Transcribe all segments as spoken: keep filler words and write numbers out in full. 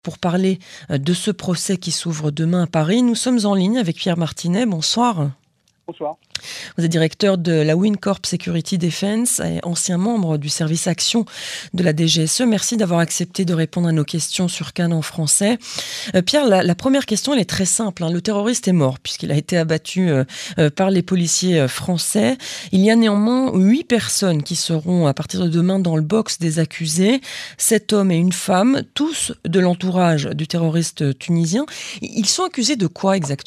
Pour parler de ce procès qui s'ouvre demain à Paris, nous sommes en ligne avec Pierre Martinet. Bonsoir. Bonsoir. Vous êtes directeur de la Wincorp Security Defense et ancien membre du service Action de la D G S E. Merci d'avoir accepté de répondre à nos questions sur Cannes en français. Euh, Pierre, la, la première question, elle est très simple. Hein. Le terroriste est mort puisqu'il a été abattu euh, euh, par les policiers français. Il y a néanmoins huit personnes qui seront à partir de demain dans le box des accusés. Sept hommes et une femme, tous de l'entourage du terroriste tunisien. Ils sont accusés de quoi exactement ?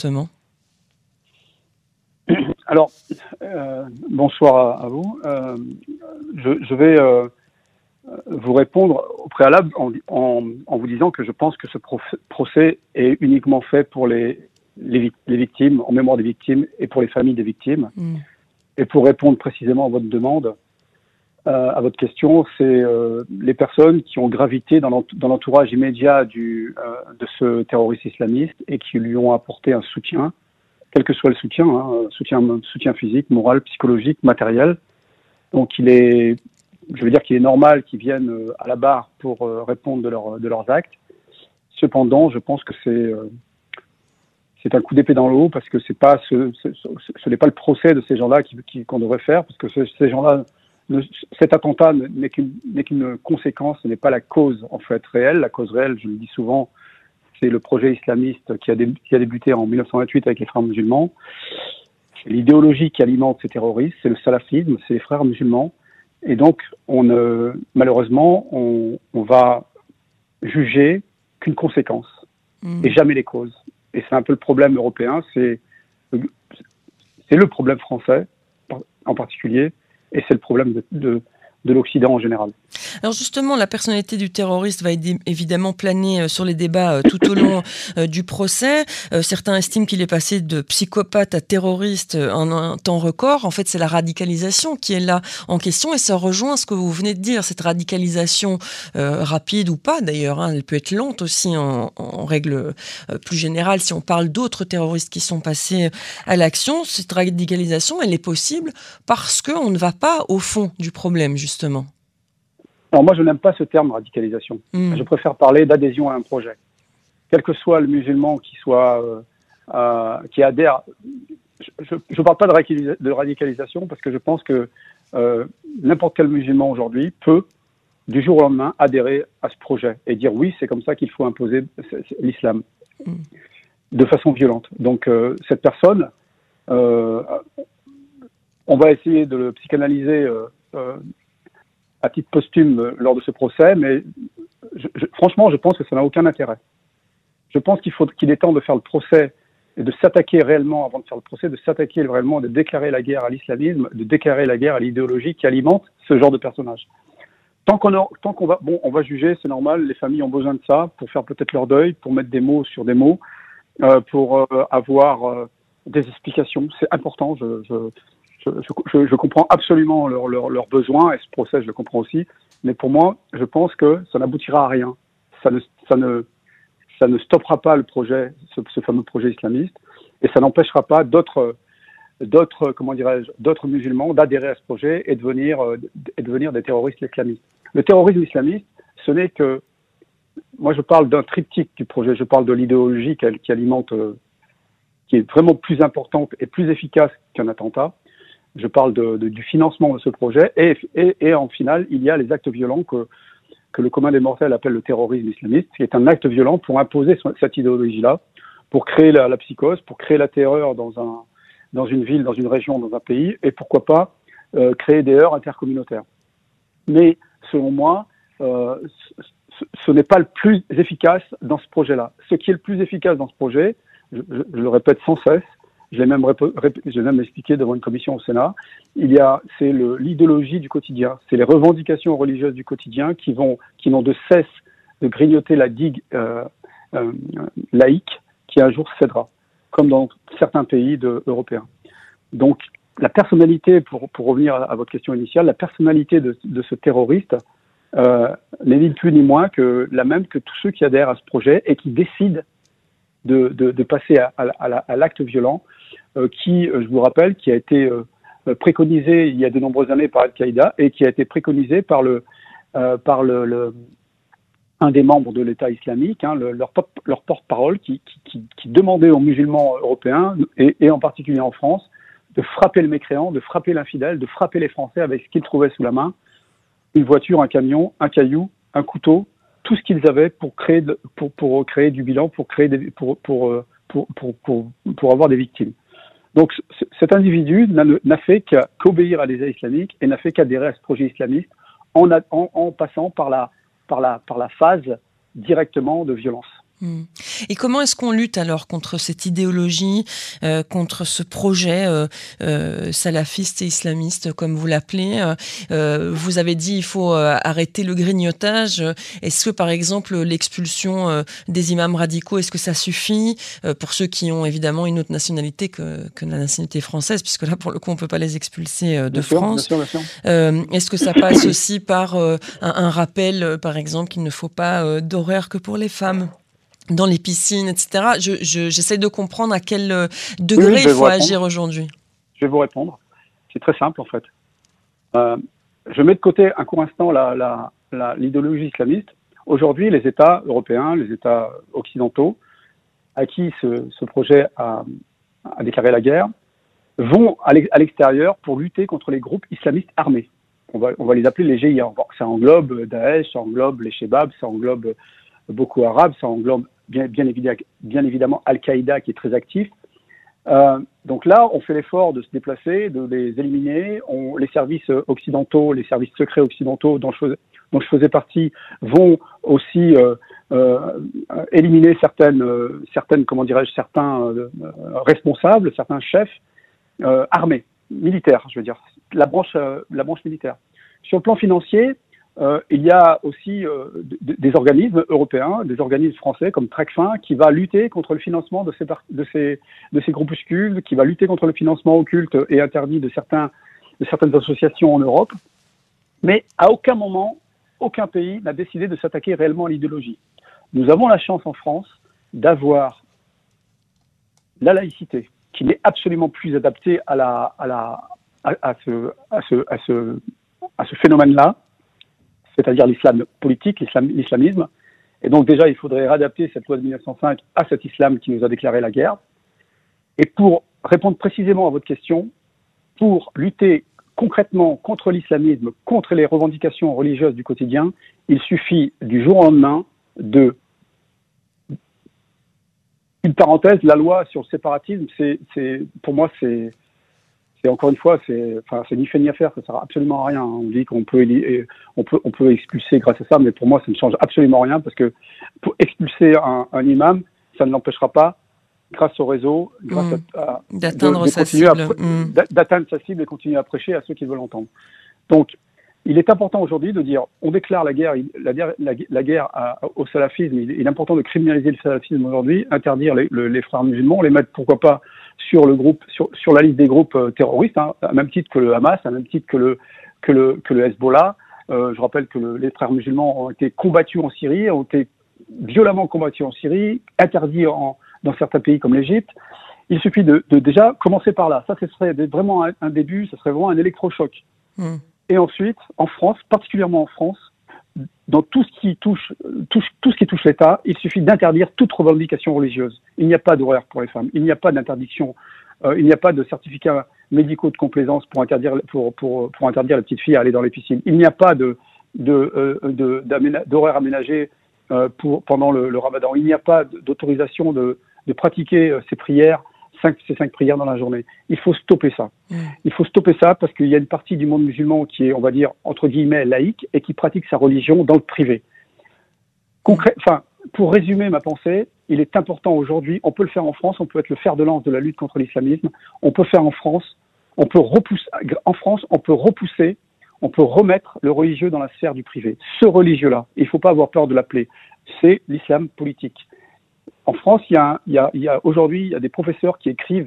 Alors, euh, bonsoir à, à vous. Euh, je, je vais euh, vous répondre au préalable en, en, en vous disant que je pense que ce procès est uniquement fait pour les, les, les victimes, en mémoire des victimes et pour les familles des victimes. Mmh. Et pour répondre précisément à votre demande, euh, à votre question, c'est euh, les personnes qui ont gravité dans l'entourage immédiat du, euh, de ce terroriste islamiste et qui lui ont apporté un soutien, quel que soit le soutien, hein, soutien, soutien physique, moral, psychologique, matériel. Donc il est, je veux dire qu'il est normal qu'ils viennent à la barre pour répondre de, leur, de leurs actes. Cependant, je pense que c'est, euh, c'est un coup d'épée dans l'eau parce que c'est pas ce, ce, ce, ce n'est pas le procès de ces gens-là qui, qui, qu'on devrait faire parce que ce, ces gens-là, ne, cet attentat n'est qu'une, n'est qu'une conséquence, ce n'est pas la cause en fait réelle. La cause réelle, je le dis souvent, c'est le projet islamiste qui a, dé, qui a débuté en dix-neuf cent vingt-huit avec les frères musulmans. C'est l'idéologie qui alimente ces terroristes, c'est le salafisme, c'est les frères musulmans. Et donc, on, euh, malheureusement, on, on va juger qu'une conséquence mmh. et jamais les causes. Et c'est un peu le problème européen, c'est, c'est le problème français en particulier, et c'est le problème de, de, de l'Occident en général. Alors justement, la personnalité du terroriste va évidemment planer sur les débats tout au long du procès. Certains estiment qu'il est passé de psychopathe à terroriste en un temps record. En fait, c'est la radicalisation qui est là en question et ça rejoint ce que vous venez de dire, cette radicalisation euh, rapide ou pas d'ailleurs. Hein, elle peut être lente aussi en, en règle plus générale si on parle d'autres terroristes qui sont passés à l'action. Cette radicalisation, elle est possible parce qu'on ne va pas au fond du problème, justement. Alors moi, je n'aime pas ce terme radicalisation. Mmh. Je préfère parler d'adhésion à un projet. Quel que soit le musulman qui soit euh, euh, qui adhère, je ne parle pas de, radicalisa- de radicalisation parce que je pense que euh, n'importe quel musulman aujourd'hui peut, du jour au lendemain, adhérer à ce projet et dire oui, c'est comme ça qu'il faut imposer l'islam mmh. de façon violente. Donc euh, cette personne, euh, on va essayer de le psychanalyser. Euh, euh, à titre posthume lors de ce procès, mais je, je, franchement, je pense que ça n'a aucun intérêt. Je pense qu'il faut qu'il est temps de faire le procès et de s'attaquer réellement, avant de faire le procès, de s'attaquer réellement, de déclarer la guerre à l'islamisme, de déclarer la guerre à l'idéologie qui alimente ce genre de personnage. Tant qu'on, a, tant qu'on va, bon, on va juger, c'est normal, les familles ont besoin de ça pour faire peut-être leur deuil, pour mettre des mots sur des mots, euh, pour euh, avoir euh, des explications. C'est important, je... je Je, je, je comprends absolument leurs leur, leur besoins et ce procès, je le comprends aussi. Mais pour moi, je pense que ça n'aboutira à rien. Ça ne, ça ne, ça ne stoppera pas le projet, ce, ce fameux projet islamiste, et ça n'empêchera pas d'autres, d'autres, comment dirais-je, d'autres musulmans d'adhérer à ce projet et de devenir, et de devenir des terroristes islamistes. Le terrorisme islamiste, ce n'est que, moi je parle d'un triptyque du projet. Je parle de l'idéologie qui, qui alimente, qui est vraiment plus importante et plus efficace qu'un attentat. Je parle de, de, du financement de ce projet et, et, et en finale, il y a les actes violents que, que le commun des mortels appelle le terrorisme islamiste, qui est un acte violent pour imposer cette idéologie-là, pour créer la, la psychose, pour créer la terreur dans, un, dans une ville, dans une région, dans un pays, et pourquoi pas euh, créer des heurts intercommunautaires. Mais selon moi, euh, ce, ce n'est pas le plus efficace dans ce projet-là. Ce qui est le plus efficace dans ce projet, je, je, je le répète sans cesse, je l'ai même, rép- rép- je l'ai même expliqué devant une commission au Sénat, il y a, c'est le, l'idéologie du quotidien, c'est les revendications religieuses du quotidien qui, vont, qui n'ont de cesse de grignoter la digue euh, euh, laïque qui un jour cédera, comme dans certains pays de, européens. Donc la personnalité, pour, pour revenir à, à votre question initiale, la personnalité de, de ce terroriste euh, n'est ni plus ni moins que la même que tous ceux qui adhèrent à ce projet et qui décident de, de, de passer à, à, à, à l'acte violent, euh, qui, euh, je vous rappelle, qui a été euh, préconisé il y a de nombreuses années par Al-Qaïda et qui a été préconisé par le, euh, par le, le un des membres de l'État islamique, hein, le, leur, leur porte-parole, qui, qui, qui, qui demandait aux musulmans européens, et, et en particulier en France, de frapper le mécréant, de frapper l'infidèle, de frapper les Français avec ce qu'ils trouvaient sous la main, une voiture, un camion, un caillou, un couteau, tout ce qu'ils avaient pour créer, de, pour, pour créer du bilan, pour, créer des, pour, pour, pour, pour, pour, pour avoir des victimes. Donc cet individu n'a, n'a fait qu'obéir à l'État islamique et n'a fait qu'adhérer à ce projet islamiste en, en, en passant par la, par, la, par la phase directement de violence. Et comment est-ce qu'on lutte alors contre cette idéologie, euh, contre ce projet euh, euh, salafiste et islamiste, comme vous l'appelez euh, Vous avez dit il faut euh, arrêter le grignotage. Est-ce que par exemple l'expulsion euh, des imams radicaux, est-ce que ça suffit euh, pour ceux qui ont évidemment une autre nationalité que, que la nationalité française, puisque là pour le coup on ne peut pas les expulser euh, de bien sûr, France. bien sûr, bien sûr. Euh, est-ce que ça passe aussi par euh, un, un rappel, euh, par exemple, qu'il ne faut pas euh, d'horaire que pour les femmes dans les piscines, et cetera. Je, je, j'essaie de comprendre à quel degré oui, oui, il faut agir aujourd'hui. Je vais vous répondre. C'est très simple, en fait. Euh, je mets de côté un court instant la, la, la, l'idéologie islamiste. Aujourd'hui, les États européens, les États occidentaux, à qui ce, ce projet a, a déclaré la guerre, vont à l'extérieur pour lutter contre les groupes islamistes armés. On va, on va les appeler les G I A. Ça englobe Daesh, ça englobe les Shebabs, ça englobe Boko Haram, ça englobe bien, bien, évidemment, bien évidemment Al-Qaïda qui est très actif. Euh, donc là, on fait l'effort de se déplacer, de les éliminer. On, les services occidentaux, les services secrets occidentaux dont je, dont je faisais partie vont aussi euh, euh, éliminer certaines, euh, certaines, comment dirais-je, certains euh, responsables, certains chefs euh, armés, militaires, je veux dire, la branche, euh, la branche militaire. Sur le plan financier, Euh, il y a aussi euh, d- des organismes européens, des organismes français comme Tracfin qui va lutter contre le financement de ces, par- de ces, de ces groupuscules, qui va lutter contre le financement occulte et interdit de, certains, de certaines associations en Europe. Mais à aucun moment, aucun pays n'a décidé de s'attaquer réellement à l'idéologie. Nous avons la chance en France d'avoir la laïcité, qui n'est absolument plus adaptée à, la, à, la, à, à, ce, à, ce, à, ce, à ce phénomène-là, c'est-à-dire l'islam politique, l'islam, l'islamisme. Et donc déjà, il faudrait réadapter cette loi de mille neuf cent cinq à cet islam qui nous a déclaré la guerre. Et pour répondre précisément à votre question, pour lutter concrètement contre l'islamisme, contre les revendications religieuses du quotidien, il suffit du jour au lendemain de... Une parenthèse, la loi sur le séparatisme, c'est, c'est, pour moi, c'est... Et encore une fois, c'est, enfin, c'est ni fait ni à faire, ça ne sert absolument à rien. On dit qu'on peut, on peut, on peut expulser grâce à ça, mais pour moi, ça ne change absolument rien parce que pour expulser un, un imam, ça ne l'empêchera pas, grâce au réseau, grâce mmh. à, à, d'atteindre de, de sa cible, à, mmh. d'atteindre sa cible et continuer à prêcher à ceux qui veulent l'entendre. Donc, il est important aujourd'hui de dire, on déclare la guerre, la guerre, la, la guerre à, au salafisme. Il est important de criminaliser le salafisme aujourd'hui, interdire les, les, les frères musulmans, les mettre pourquoi pas sur le groupe, sur, sur la liste des groupes euh, terroristes, hein, à même titre que le Hamas, à même titre que le que le que le Hezbollah. Euh, je rappelle que le, les frères musulmans ont été combattus en Syrie, ont été violemment combattus en Syrie, interdits en, dans certains pays comme l'Égypte. Il suffit de, de déjà commencer par là. Ça, ce serait vraiment un, un début, ce serait vraiment un électrochoc. Mmh. Et ensuite, en France, particulièrement en France, dans tout ce qui touche, touche tout ce qui touche l'État, il suffit d'interdire toute revendication religieuse. Il n'y a pas d'horaire pour les femmes, il n'y a pas d'interdiction, euh, il n'y a pas de certificats médicaux de complaisance pour interdire pour pour pour interdire la petite fille à aller dans les piscines. Il n'y a pas de de, euh, de d'aména- d'horaire aménagé euh, pour pendant le, le Ramadan. Il n'y a pas d'autorisation de de pratiquer euh, ces prières. Cinq, ces cinq prières dans la journée. Il faut stopper ça. Mmh. Il faut stopper ça parce qu'il y a une partie du monde musulman qui est, on va dire, entre guillemets, laïque et qui pratique sa religion dans le privé. Concrè- enfin, pour résumer ma pensée, il est important aujourd'hui, on peut le faire en France, on peut être le fer de lance de la lutte contre l'islamisme, on peut faire en France, on peut repousser, en France, on peut repousser, on peut remettre le religieux dans la sphère du privé. Ce religieux-là, il ne faut pas avoir peur de l'appeler, c'est l'islam politique. En France, il y a, il y a, il y a aujourd'hui, il y a des professeurs qui écrivent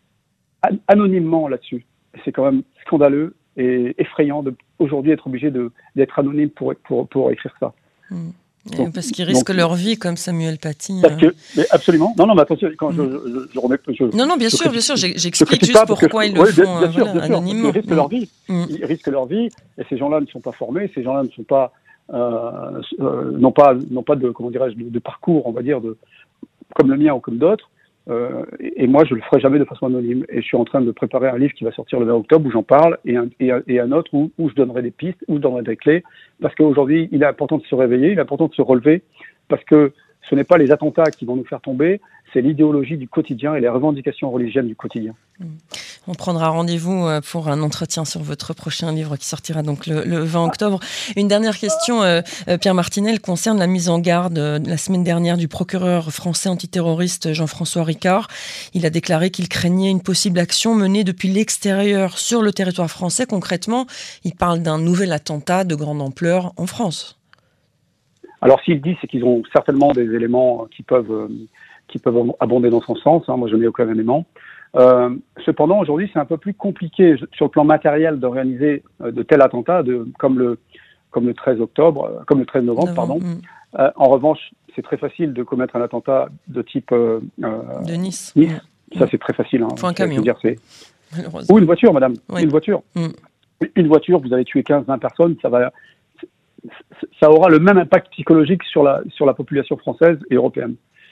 an- anonymement là-dessus. Et c'est quand même scandaleux et effrayant de aujourd'hui être obligé de d'être anonyme pour pour pour écrire ça. Mmh. Donc, parce qu'ils risquent donc, leur vie, comme Samuel Paty. Parce que, mais absolument. Non, non, mais attention, quand mmh. je, je, je remets. Je, non, non, bien je sûr, critique, bien sûr. J'explique juste pourquoi je, ils le ouais, font bien, bien sûr, voilà, bien sûr, anonymement. Ils risquent mmh. leur vie. Mmh. Ils risquent leur vie. Et ces gens-là ne sont pas formés. Ces gens-là ne sont pas euh, euh, n'ont pas, n'ont pas de, comment dirais-je, de, de parcours, on va dire, de, comme le mien ou comme d'autres. Euh, et, et moi, je le ferai jamais de façon anonyme. Et je suis en train de préparer un livre qui va sortir le vingt octobre où j'en parle, et un, et, et un autre où, où je donnerai des pistes, où je donnerai des clés. Parce qu'aujourd'hui, il est important de se réveiller, il est important de se relever, parce que ce n'est pas les attentats qui vont nous faire tomber, c'est l'idéologie du quotidien et les revendications religieusnes du quotidien. On prendra rendez-vous pour un entretien sur votre prochain livre qui sortira donc le, le vingt octobre. Une dernière question, euh, Pierre Martinet, concerne la mise en garde euh, la semaine dernière du procureur français antiterroriste Jean-François Ricard. Il a déclaré qu'il craignait une possible action menée depuis l'extérieur sur le territoire français. Concrètement, il parle d'un nouvel attentat de grande ampleur en France. Alors s'il dit, c'est qu'ils ont certainement des éléments qui peuvent, euh, qui peuvent abonder dans son sens. Hein. Moi, je n'ai aucun élément. Euh, cependant, aujourd'hui, c'est un peu plus compliqué sur le plan matériel d'organiser euh, de tels attentats, de, comme le comme le treize octobre, euh, comme le treize novembre, pardon. Mmh. Euh, en revanche, c'est très facile de commettre un attentat de type euh, de Nice. Nice. Mmh. Ça, c'est très facile. Hein. Faut un camion. Dire, c'est... Ou une voiture, madame. Oui. Une voiture. Mmh. Une voiture. Vous avez tué quinze vingt personnes. Ça va, ça aura le même impact psychologique sur la sur la population française et européenne.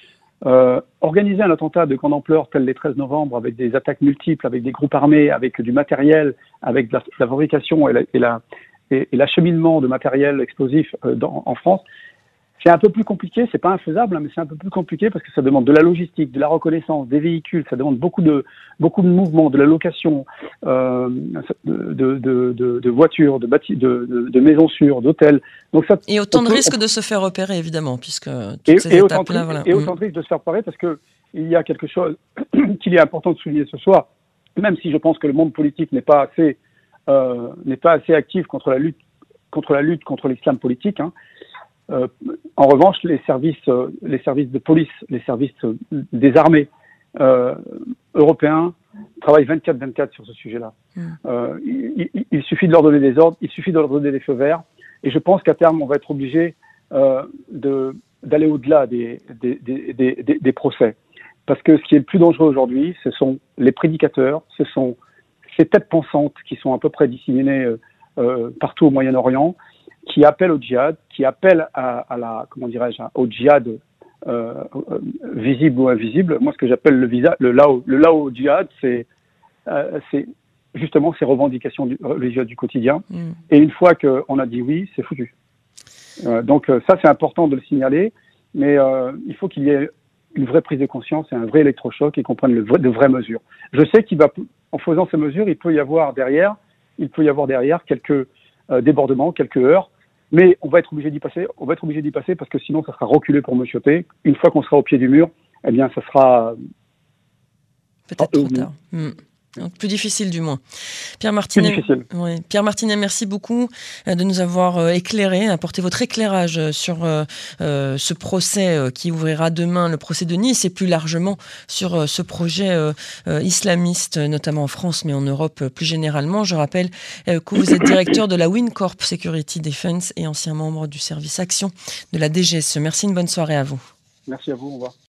Euh, organiser un attentat de grande ampleur tel les treize novembre avec des attaques multiples, avec des groupes armés, avec du matériel, avec la, la fabrication et, la, et, la, et, et l'acheminement de matériel explosif euh, dans, en France, c'est un peu plus compliqué. C'est pas infaisable, hein, mais c'est un peu plus compliqué parce que ça demande de la logistique, de la reconnaissance, des véhicules, ça demande beaucoup de beaucoup de mouvements, de la location, euh, de, de, de, de, de voitures, de, bâti- de, de, de maisons sûres, d'hôtels. Donc ça, et autant de peut, risques on... de se faire repérer, évidemment, puisque toutes et, ces et étapes-là... Autant, voilà. Et autant de risques de se faire repérer parce que il y a quelque chose qu'il est important de souligner ce soir, même si je pense que le monde politique n'est pas assez, euh, n'est pas assez actif contre la lutte contre la lutte contre l'islam politique, hein. Euh, en revanche, les services, euh, les services de police, les services euh, des armées euh, européens travaillent vingt-quatre vingt-quatre sur ce sujet-là. Mmh. Euh, il, il, il suffit de leur donner des ordres, il suffit de leur donner des feux verts, et je pense qu'à terme, on va être obligé euh, de, d'aller au-delà des, des, des, des, des, des procès. Parce que ce qui est le plus dangereux aujourd'hui, ce sont les prédicateurs, ce sont ces têtes pensantes qui sont à peu près disséminées euh, euh, partout au Moyen-Orient, qui appellent au djihad, qui appellent à, à la, comment dirais-je, au djihad euh, euh, visible ou invisible. Moi, ce que j'appelle le visa, le lao, le lao djihad, c'est, euh, c'est justement ces revendications du, religieuses du quotidien. Mm. Et une fois qu'on a dit oui, c'est foutu. Euh, donc ça, c'est important de le signaler, mais euh, il faut qu'il y ait une vraie prise de conscience et un vrai électrochoc et qu'on prenne le, de vraies mesures. Je sais qu'il va, en faisant ces mesures, il peut y avoir derrière, il peut y avoir derrière quelques euh, débordements, quelques heurts. Mais on va être obligé d'y passer. On va être obligé d'y passer parce que sinon, ça sera reculé pour me choper. Une fois qu'on sera au pied du mur, eh bien, ça sera peut-être trop tard. Mmh. Donc, plus difficile du moins. Pierre Martinet, plus difficile. Ouais. Pierre Martinet, merci beaucoup de nous avoir éclairé, apporté votre éclairage sur euh, ce procès qui ouvrira demain, le procès de Nice, et plus largement sur ce projet euh, islamiste, notamment en France, mais en Europe plus généralement. Je rappelle euh, que vous êtes directeur de la Wincorp Security Defense et ancien membre du service Action de la D G S E. Merci, une bonne soirée à vous. Merci à vous, au revoir.